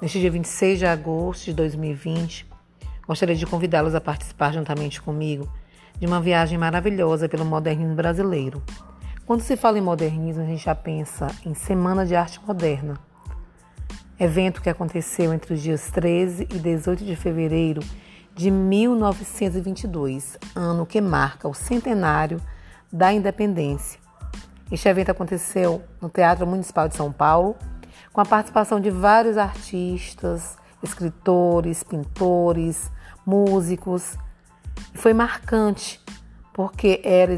Neste dia 26 de agosto de 2020, gostaria de convidá-los a participar juntamente comigo de uma viagem maravilhosa pelo modernismo brasileiro. Quando se fala em modernismo, a gente já pensa em Semana de Arte Moderna, evento que aconteceu entre os dias 13 e 18 de fevereiro de 1922, ano que marca o centenário da independência. Este evento aconteceu no Teatro Municipal de São Paulo, com a participação de vários artistas, escritores, pintores, músicos. Foi marcante, porque eram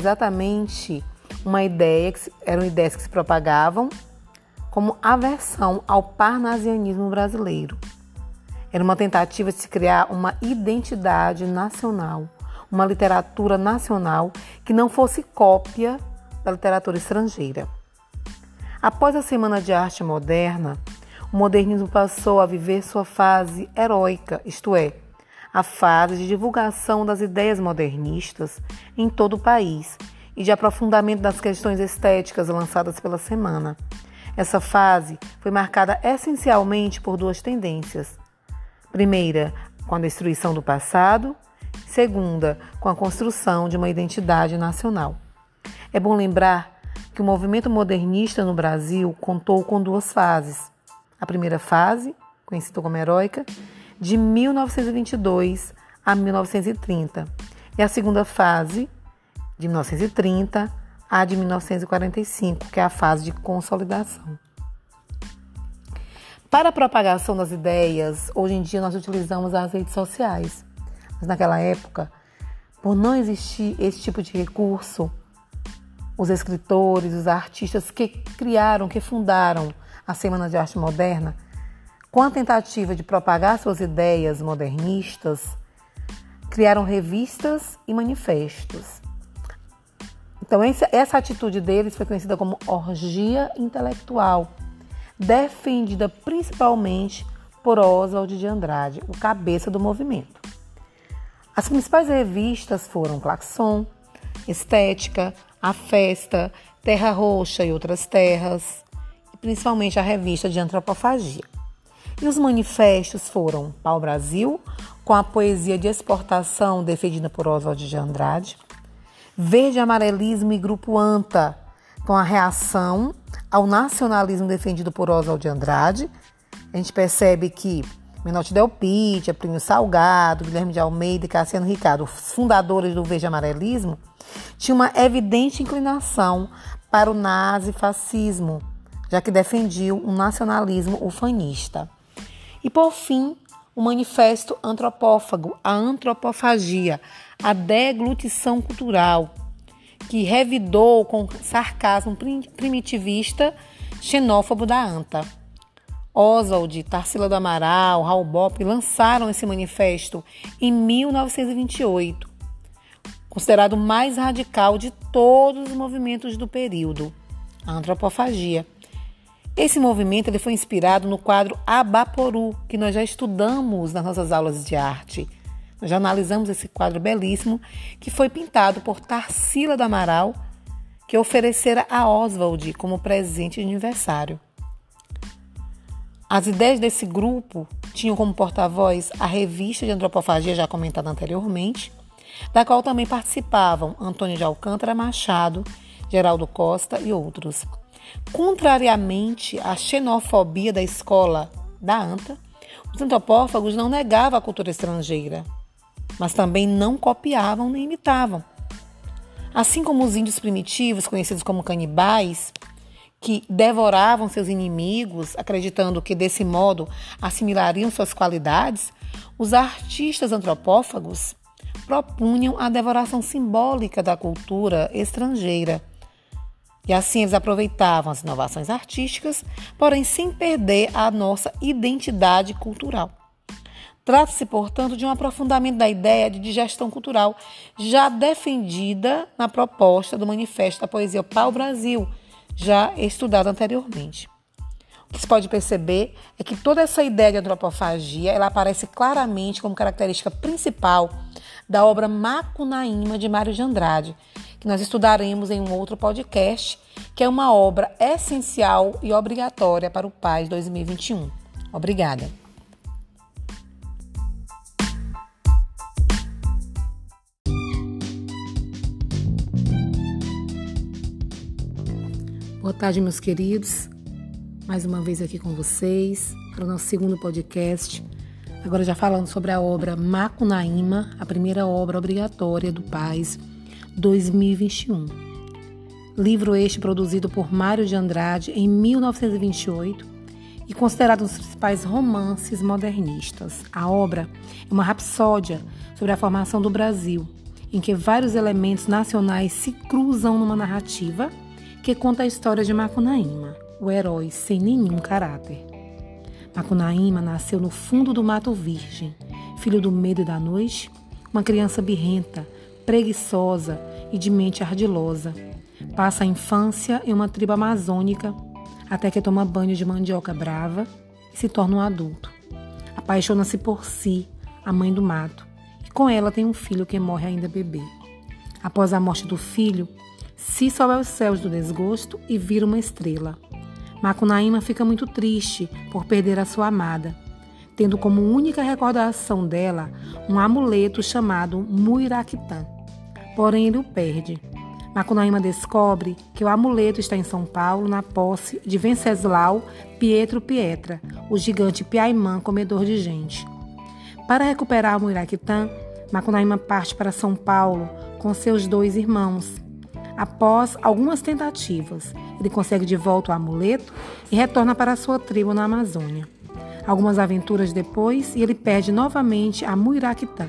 ideias que se propagavam como aversão ao parnasianismo brasileiro. Era uma tentativa de se criar uma identidade nacional, uma literatura nacional que não fosse cópia da literatura estrangeira. Após a Semana de Arte Moderna, o modernismo passou a viver sua fase heróica, isto é, a fase de divulgação das ideias modernistas em todo o país e de aprofundamento das questões estéticas lançadas pela semana. Essa fase foi marcada essencialmente por duas tendências. Primeira, com a destruição do passado. Segunda, com a construção de uma identidade nacional. É bom lembrar que o movimento modernista no Brasil contou com duas fases. A primeira fase, conhecida como heróica, de 1922 a 1930. E a segunda fase, de 1930 a de 1945, que é a fase de consolidação. Para a propagação das ideias, hoje em dia nós utilizamos as redes sociais. Mas naquela época, por não existir esse tipo de recurso, os escritores, os artistas que criaram, que fundaram a Semana de Arte Moderna, com a tentativa de propagar suas ideias modernistas, criaram revistas e manifestos. Então, essa atitude deles foi conhecida como orgia intelectual, defendida principalmente por Oswald de Andrade, o cabeça do movimento. As principais revistas foram Claxon, Estética, A Festa, Terra Roxa e Outras Terras, e principalmente a revista de Antropofagia. E os manifestos foram Pau Brasil, com a poesia de exportação defendida por Oswald de Andrade, Verde Amarelismo e Grupo Anta, com a reação ao nacionalismo defendido por Oswald de Andrade. A gente percebe que Menotti Del Pitta, Plínio Salgado, Guilherme de Almeida e Cassiano Ricardo, os fundadores do Verde Amarelismo, tinham uma evidente inclinação para o nazifascismo, já que defendiam um nacionalismo ufanista. E, por fim, o Manifesto Antropófago, a antropofagia, a deglutição cultural, que revidou com sarcasmo primitivista xenófobo da ANTA. Oswald, Tarsila do Amaral, Raul Bopp lançaram esse manifesto em 1928, considerado o mais radical de todos os movimentos do período, a antropofagia. Esse movimento ele foi inspirado no quadro Abaporu, que nós já estudamos nas nossas aulas de arte. Nós já analisamos esse quadro belíssimo, que foi pintado por Tarsila do Amaral, que oferecera a Oswald como presente de aniversário. As ideias desse grupo tinham como porta-voz a revista de antropofagia, já comentada anteriormente, da qual também participavam Antônio de Alcântara Machado, Geraldo Costa e outros. Contrariamente à xenofobia da escola da ANTA, os antropófagos não negavam a cultura estrangeira, mas também não copiavam nem imitavam. Assim como os índios primitivos, conhecidos como canibais, que devoravam seus inimigos, acreditando que desse modo assimilariam suas qualidades, os artistas antropófagos propunham a devoração simbólica da cultura estrangeira. E assim eles aproveitavam as inovações artísticas, porém sem perder a nossa identidade cultural. Trata-se, portanto, de um aprofundamento da ideia de digestão cultural já defendida na proposta do Manifesto da Poesia Pau Brasil, já estudado anteriormente. O que se pode perceber é que toda essa ideia de antropofagia ela aparece claramente como característica principal da obra Macunaíma de Mário de Andrade, que nós estudaremos em um outro podcast, que é uma obra essencial e obrigatória para o PAS 2021. Obrigada. Boa tarde, meus queridos. Mais uma vez aqui com vocês para o nosso segundo podcast. Agora já falando sobre a obra Macunaíma, a primeira obra obrigatória do PAS 2021. Livro este produzido por Mário de Andrade em 1928 e considerado um dos principais romances modernistas. A obra é uma rapsódia sobre a formação do Brasil, em que vários elementos nacionais se cruzam numa narrativa que conta a história de Macunaíma, o herói sem nenhum caráter. Macunaíma nasceu no fundo do Mato Virgem, filho do medo e da noite, uma criança birrenta, preguiçosa e de mente ardilosa. Passa a infância em uma tribo amazônica, até que toma banho de mandioca brava e se torna um adulto. Apaixona-se por Si, a mãe do mato, e com ela tem um filho que morre ainda bebê. Após a morte do filho, Si sobe aos céus do desgosto e vira uma estrela. Macunaíma fica muito triste por perder a sua amada, tendo como única recordação dela um amuleto chamado Muiractã. Porém, ele o perde. Macunaíma descobre que o amuleto está em São Paulo, na posse de Venceslau Pietro Pietra, o gigante Piaimã comedor de gente. Para recuperar o Muiractã, Macunaíma parte para São Paulo com seus 2 irmãos. Após algumas tentativas, ele consegue de volta o amuleto e retorna para sua tribo na Amazônia. Algumas aventuras depois, e ele perde novamente a Muiractã.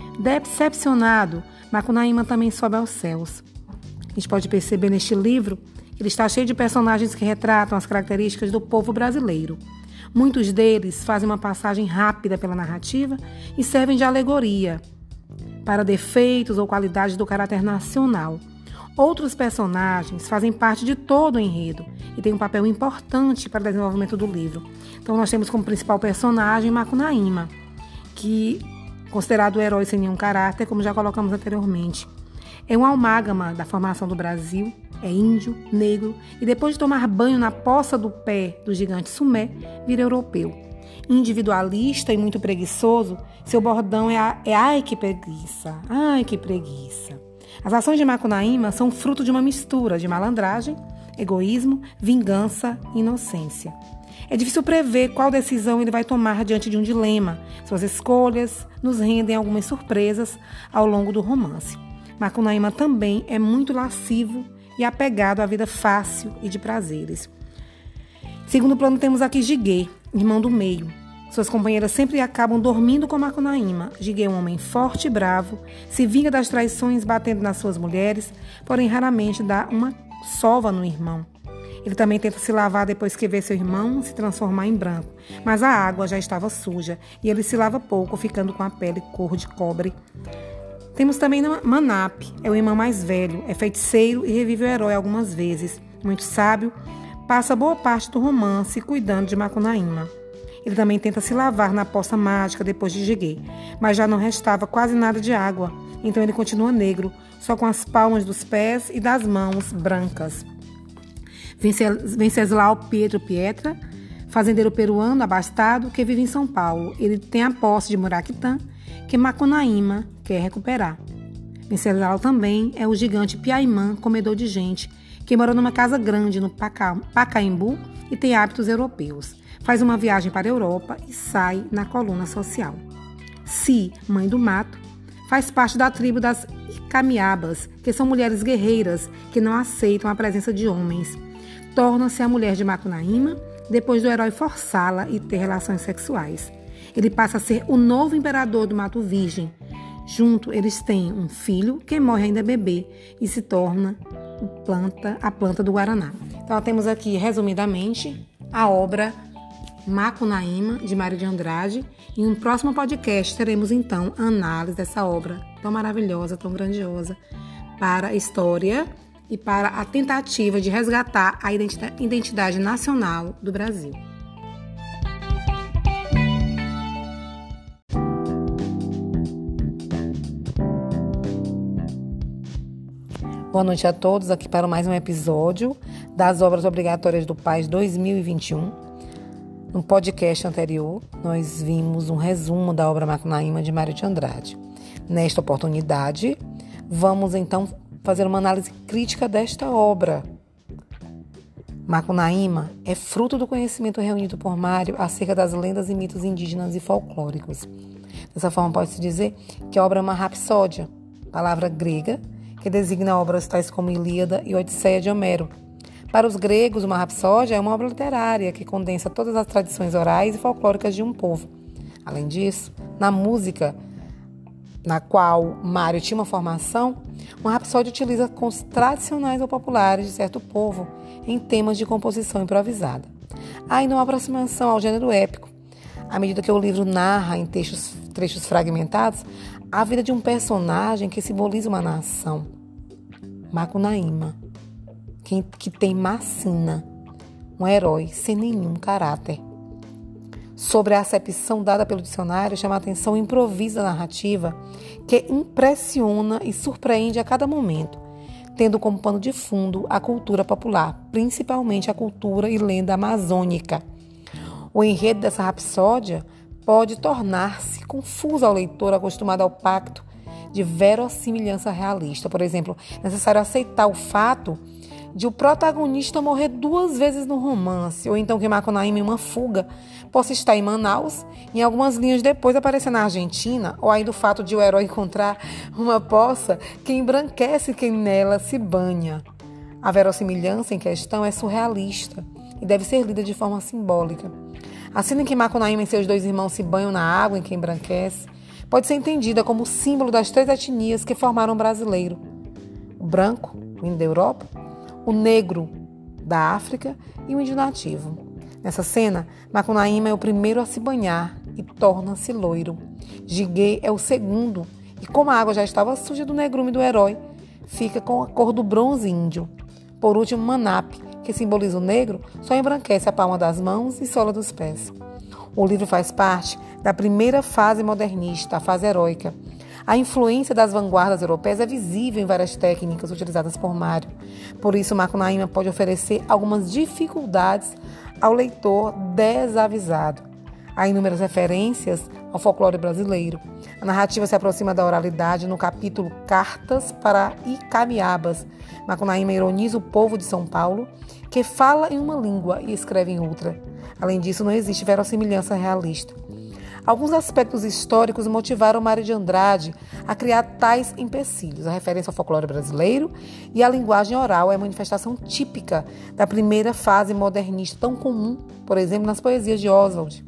Decepcionado, Macunaíma também sobe aos céus. A gente pode perceber neste livro que ele está cheio de personagens que retratam as características do povo brasileiro. Muitos deles fazem uma passagem rápida pela narrativa e servem de alegoria para defeitos ou qualidades do caráter nacional. Outros personagens fazem parte de todo o enredo e têm um papel importante para o desenvolvimento do livro. Então nós temos como principal personagem Macunaíma, que é considerado o herói sem nenhum caráter, como já colocamos anteriormente. É um amálgama da formação do Brasil, é índio, negro e depois de tomar banho na poça do pé do gigante Sumé, vira europeu. Individualista e muito preguiçoso, seu bordão é ai que preguiça, ai que preguiça. As ações de Macunaíma são fruto de uma mistura de malandragem, egoísmo, vingança e inocência. É difícil prever qual decisão ele vai tomar diante de um dilema. Suas escolhas nos rendem algumas surpresas ao longo do romance. Macunaíma também é muito lascivo e apegado à vida fácil e de prazeres. Em segundo plano temos aqui Jiguê, irmão do meio. Suas companheiras sempre acabam dormindo com Macunaíma. Jiguê é um homem forte e bravo, se vinga das traições batendo nas suas mulheres, porém raramente dá uma sova no irmão. Ele também tenta se lavar depois que vê seu irmão se transformar em branco, mas a água já estava suja e ele se lava pouco, ficando com a pele cor de cobre. Temos também Manap, é o irmão mais velho, é feiticeiro e revive o herói algumas vezes. Muito sábio, passa boa parte do romance cuidando de Macunaíma. Ele também tenta se lavar na poça mágica depois de Jiguê, mas já não restava quase nada de água, então ele continua negro, só com as palmas dos pés e das mãos brancas. Venceslau Pietro Pietra, fazendeiro peruano abastado que vive em São Paulo. Ele tem a posse de Muiractã, que Macunaíma quer recuperar. Venceslau também é o gigante Piaimã, comedor de gente, que mora numa casa grande no Pacaembu e tem hábitos europeus. Faz uma viagem para a Europa e sai na coluna social. Si, mãe do mato, faz parte da tribo das Icamiabas, que são mulheres guerreiras que não aceitam a presença de homens. Torna-se a mulher de Macunaíma depois do herói forçá-la e ter relações sexuais. Ele passa a ser o novo imperador do Mato Virgem. Junto, eles têm um filho que morre ainda bebê e se torna a planta do Guaraná. Então, temos aqui, resumidamente, a obra Macunaíma, de Mário de Andrade. Em um próximo podcast, teremos, então, a análise dessa obra tão maravilhosa, tão grandiosa, para a história e para a tentativa de resgatar a identidade nacional do Brasil. Boa noite a todos, aqui para mais um episódio das obras obrigatórias do PAS 2021. No podcast anterior, nós vimos um resumo da obra Macunaíma de Mário de Andrade. Nesta oportunidade, vamos então fazer uma análise crítica desta obra. Macunaíma é fruto do conhecimento reunido por Mário acerca das lendas e mitos indígenas e folclóricos. Dessa forma, pode-se dizer que a obra é uma rapsódia, palavra grega que designa obras tais como Ilíada e Odisseia de Homero. Para os gregos, uma rapsódia é uma obra literária que condensa todas as tradições orais e folclóricas de um povo. Além disso, na música, na qual Mário tinha uma formação, uma rapsódia utiliza contos tradicionais ou populares de certo povo em temas de composição improvisada. Há ainda uma aproximação ao gênero épico, à medida que o livro narra em trechos fragmentados a vida de um personagem que simboliza uma nação. Macunaíma, que tem Macina, um herói sem nenhum caráter. Sobre a acepção dada pelo dicionário, chama a atenção o improviso da narrativa, que impressiona e surpreende a cada momento, tendo como pano de fundo a cultura popular, principalmente a cultura e lenda amazônica. O enredo dessa rapsódia pode tornar-se confuso ao leitor acostumado ao pacto de verossimilhança realista. Por exemplo, é necessário aceitar o fato de o protagonista morrer 2 vezes no romance, ou então que Macunaíma, em uma fuga, possa estar em Manaus e algumas linhas depois aparecer na Argentina, ou ainda o fato de o herói encontrar uma poça que embranquece quem nela se banha. A verossimilhança em questão é surrealista e deve ser lida de forma simbólica. A cena em que Macunaíma e seus 2 irmãos se banham na água em que embranquece pode ser entendida como símbolo das 3 etnias que formaram o brasileiro: o branco, o índio da Europa, o negro da África e o índio nativo. Nessa cena, Macunaíma é o primeiro a se banhar e torna-se loiro. Jiguê é o segundo e, como a água já estava suja do negrume do herói, fica com a cor do bronze índio. Por último, Manape, que simboliza o negro, só embranquece a palma das mãos e sola dos pés. O livro faz parte da primeira fase modernista, a fase heróica. A influência das vanguardas europeias é visível em várias técnicas utilizadas por Mário. Por isso, Macunaíma pode oferecer algumas dificuldades ao leitor desavisado. Há inúmeras referências ao folclore brasileiro. A narrativa se aproxima da oralidade no capítulo Cartas para Icamiabas. Macunaíma ironiza o povo de São Paulo, que fala em uma língua e escreve em outra. Além disso, não existe verossimilhança realista. Alguns aspectos históricos motivaram Mário de Andrade a criar tais empecilhos. A referência ao folclore brasileiro e à linguagem oral é a manifestação típica da primeira fase modernista, tão comum, por exemplo, nas poesias de Oswald.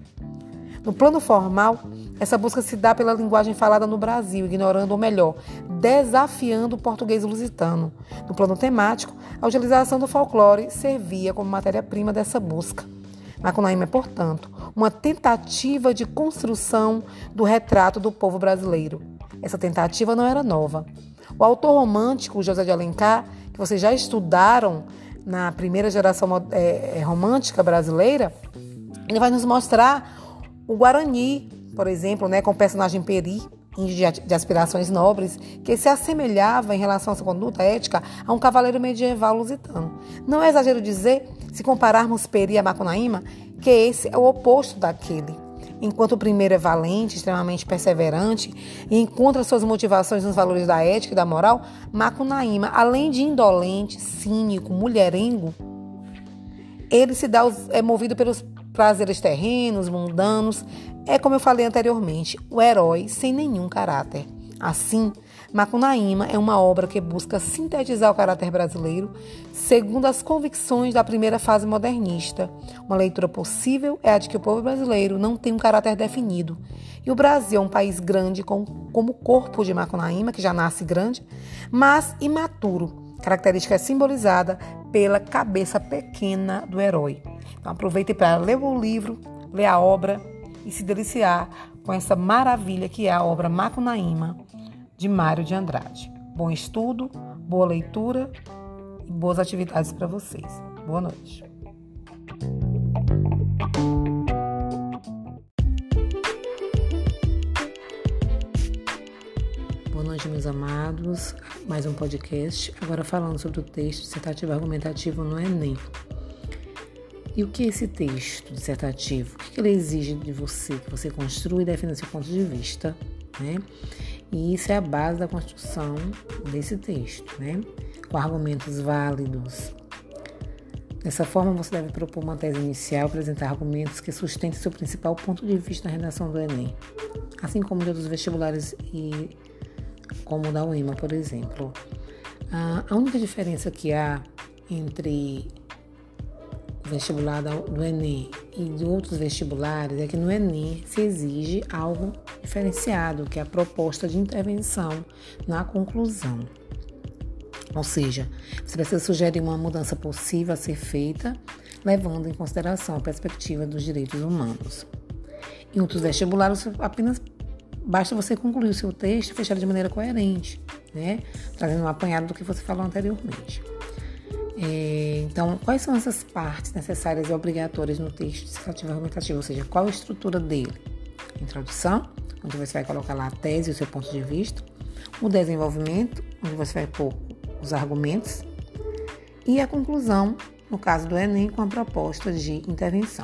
No plano formal, essa busca se dá pela linguagem falada no Brasil, ignorando, ou melhor, desafiando o português lusitano. No plano temático, a utilização do folclore servia como matéria-prima dessa busca. Macunaíma é, portanto, uma tentativa de construção do retrato do povo brasileiro. Essa tentativa não era nova. O autor romântico José de Alencar, que vocês já estudaram na primeira geração romântica brasileira, ele vai nos mostrar o Guarani, por exemplo, com o personagem Peri, índio de aspirações nobres, que se assemelhava em relação à sua conduta ética a um cavaleiro medieval lusitano. Não é exagero dizer, se compararmos Peri a Macunaíma, que esse é o oposto daquele. Enquanto o primeiro é valente, extremamente perseverante e encontra suas motivações nos valores da ética e da moral, Macunaíma, além de indolente, cínico, mulherengo, ele é movido pelos prazeres terrenos, mundanos. É como eu falei anteriormente, o herói sem nenhum caráter. Assim, Macunaíma é uma obra que busca sintetizar o caráter brasileiro segundo as convicções da primeira fase modernista. Uma leitura possível é a de que o povo brasileiro não tem um caráter definido. E o Brasil é um país grande como o corpo de Macunaíma, que já nasce grande, mas imaturo. Característica simbolizada pela cabeça pequena do herói. Então aproveite para ler o livro, ler a obra e se deliciar com essa maravilha que é a obra Macunaíma, de Mário de Andrade. Bom estudo, boa leitura e boas atividades para vocês. Boa noite. Boa noite, meus amados. Mais um podcast, agora falando sobre o texto dissertativo argumentativo no Enem. E o que é esse texto dissertativo? O que ele exige de você? Que você construa e defenda seu ponto de vista, E isso é a base da construção desse texto, com argumentos válidos. Dessa forma, você deve propor uma tese inicial, apresentar argumentos que sustentem seu principal ponto de vista na redação do Enem, assim como de outros vestibulares e como o da UEMA, por exemplo. A única diferença que há entre o vestibular do Enem e de outros vestibulares é que no Enem se exige algo diferenciado, que é a proposta de intervenção na conclusão. Ou seja, você precisa sugerir uma mudança possível a ser feita, levando em consideração a perspectiva dos direitos humanos. Em outros vestibulares, apenas basta você concluir o seu texto e fechar de maneira coerente, né? Trazendo um apanhado do que você falou anteriormente. Então, quais são essas partes necessárias e obrigatórias no texto dissertativo argumentativo? Ou seja, qual a estrutura dele? Introdução, onde você vai colocar lá a tese e o seu ponto de vista. O desenvolvimento, onde você vai pôr os argumentos. E a conclusão, no caso do Enem, com a proposta de intervenção.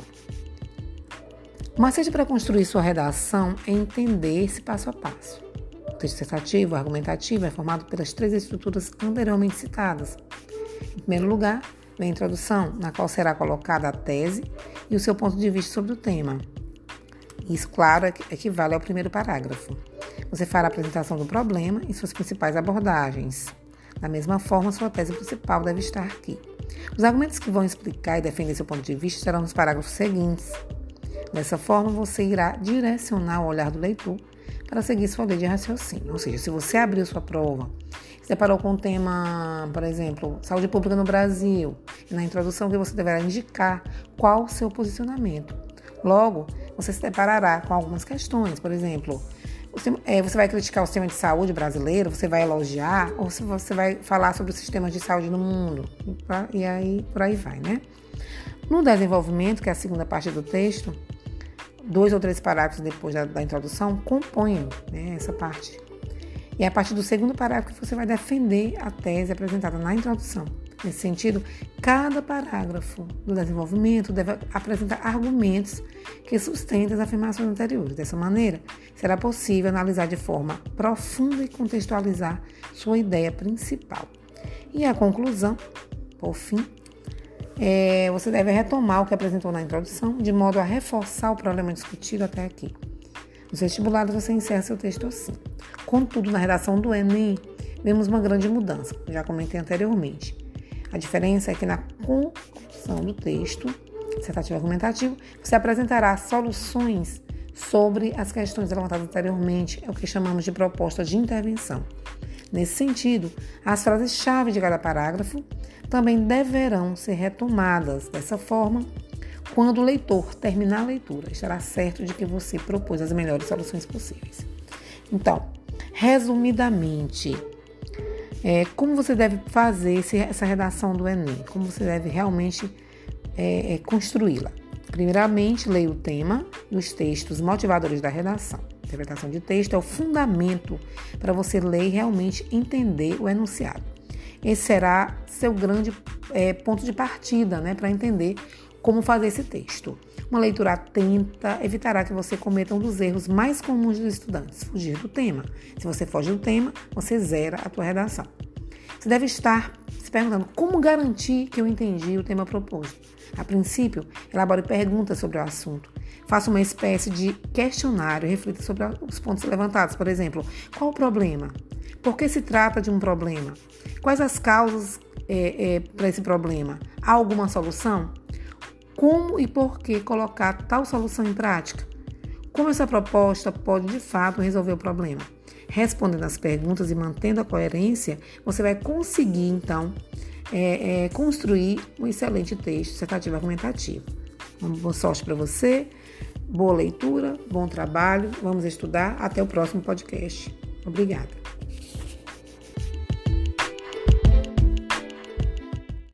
O macete para construir sua redação é entender esse passo a passo. O texto dissertativo, argumentativo, é formado pelas 3 estruturas anteriormente citadas. Em primeiro lugar, vem a introdução, na qual será colocada a tese e o seu ponto de vista sobre o tema. Isso, claro, equivale ao primeiro parágrafo. Você fará a apresentação do problema e suas principais abordagens. Da mesma forma, sua tese principal deve estar aqui. Os argumentos que vão explicar e defender seu ponto de vista serão nos parágrafos seguintes. Dessa forma, você irá direcionar o olhar do leitor para seguir sua linha de raciocínio. Ou seja, se você abriu sua prova, se deparou com o tema, por exemplo, saúde pública no Brasil, e na introdução que você deverá indicar qual o seu posicionamento. Logo, você se deparará com algumas questões, por exemplo, você vai criticar o sistema de saúde brasileiro, você vai elogiar, ou se você vai falar sobre os sistemas de saúde no mundo, e aí por aí vai, né? No desenvolvimento, que é a segunda parte do texto, 2 ou 3 parágrafos depois da introdução compõem, né, essa parte. E é a partir do segundo parágrafo que você vai defender a tese apresentada na introdução. Nesse sentido, cada parágrafo do desenvolvimento deve apresentar argumentos que sustentem as afirmações anteriores. Dessa maneira, será possível analisar de forma profunda e contextualizar sua ideia principal. E a conclusão, por fim, você deve retomar o que apresentou na introdução, de modo a reforçar o problema discutido até aqui. Nos vestibulares, você encerra seu texto assim. Contudo, na redação do Enem, vemos uma grande mudança, já comentei anteriormente. A diferença é que na conclusão do texto dissertativo argumentativo, você apresentará soluções sobre as questões levantadas anteriormente, é o que chamamos de proposta de intervenção. Nesse sentido, as frases-chave de cada parágrafo também deverão ser retomadas. Dessa forma, quando o leitor terminar a leitura, estará certo de que você propôs as melhores soluções possíveis. Então, resumidamente, como você deve fazer essa redação do Enem? Como você deve realmente construí-la? Primeiramente, leia o tema e os textos motivadores da redação. A interpretação de texto é o fundamento para você ler e realmente entender o enunciado. Esse será seu grande ponto de partida, né, para entender como fazer esse texto. Uma leitura atenta evitará que você cometa um dos erros mais comuns dos estudantes, fugir do tema. Se você foge do tema, você zera a tua redação. Você deve estar se perguntando como garantir que eu entendi o tema proposto. A princípio, elabore perguntas sobre o assunto. Faça uma espécie de questionário e reflita sobre os pontos levantados. Por exemplo, qual o problema? Por que se trata de um problema? Quais as causas para esse problema? Há alguma solução? Como e por que colocar tal solução em prática? Como essa proposta pode, de fato, resolver o problema? Respondendo às perguntas e mantendo a coerência, você vai conseguir, então, construir um excelente texto dissertativo argumentativo. Uma boa sorte para você, boa leitura, bom trabalho, vamos estudar. Até o próximo podcast. Obrigada.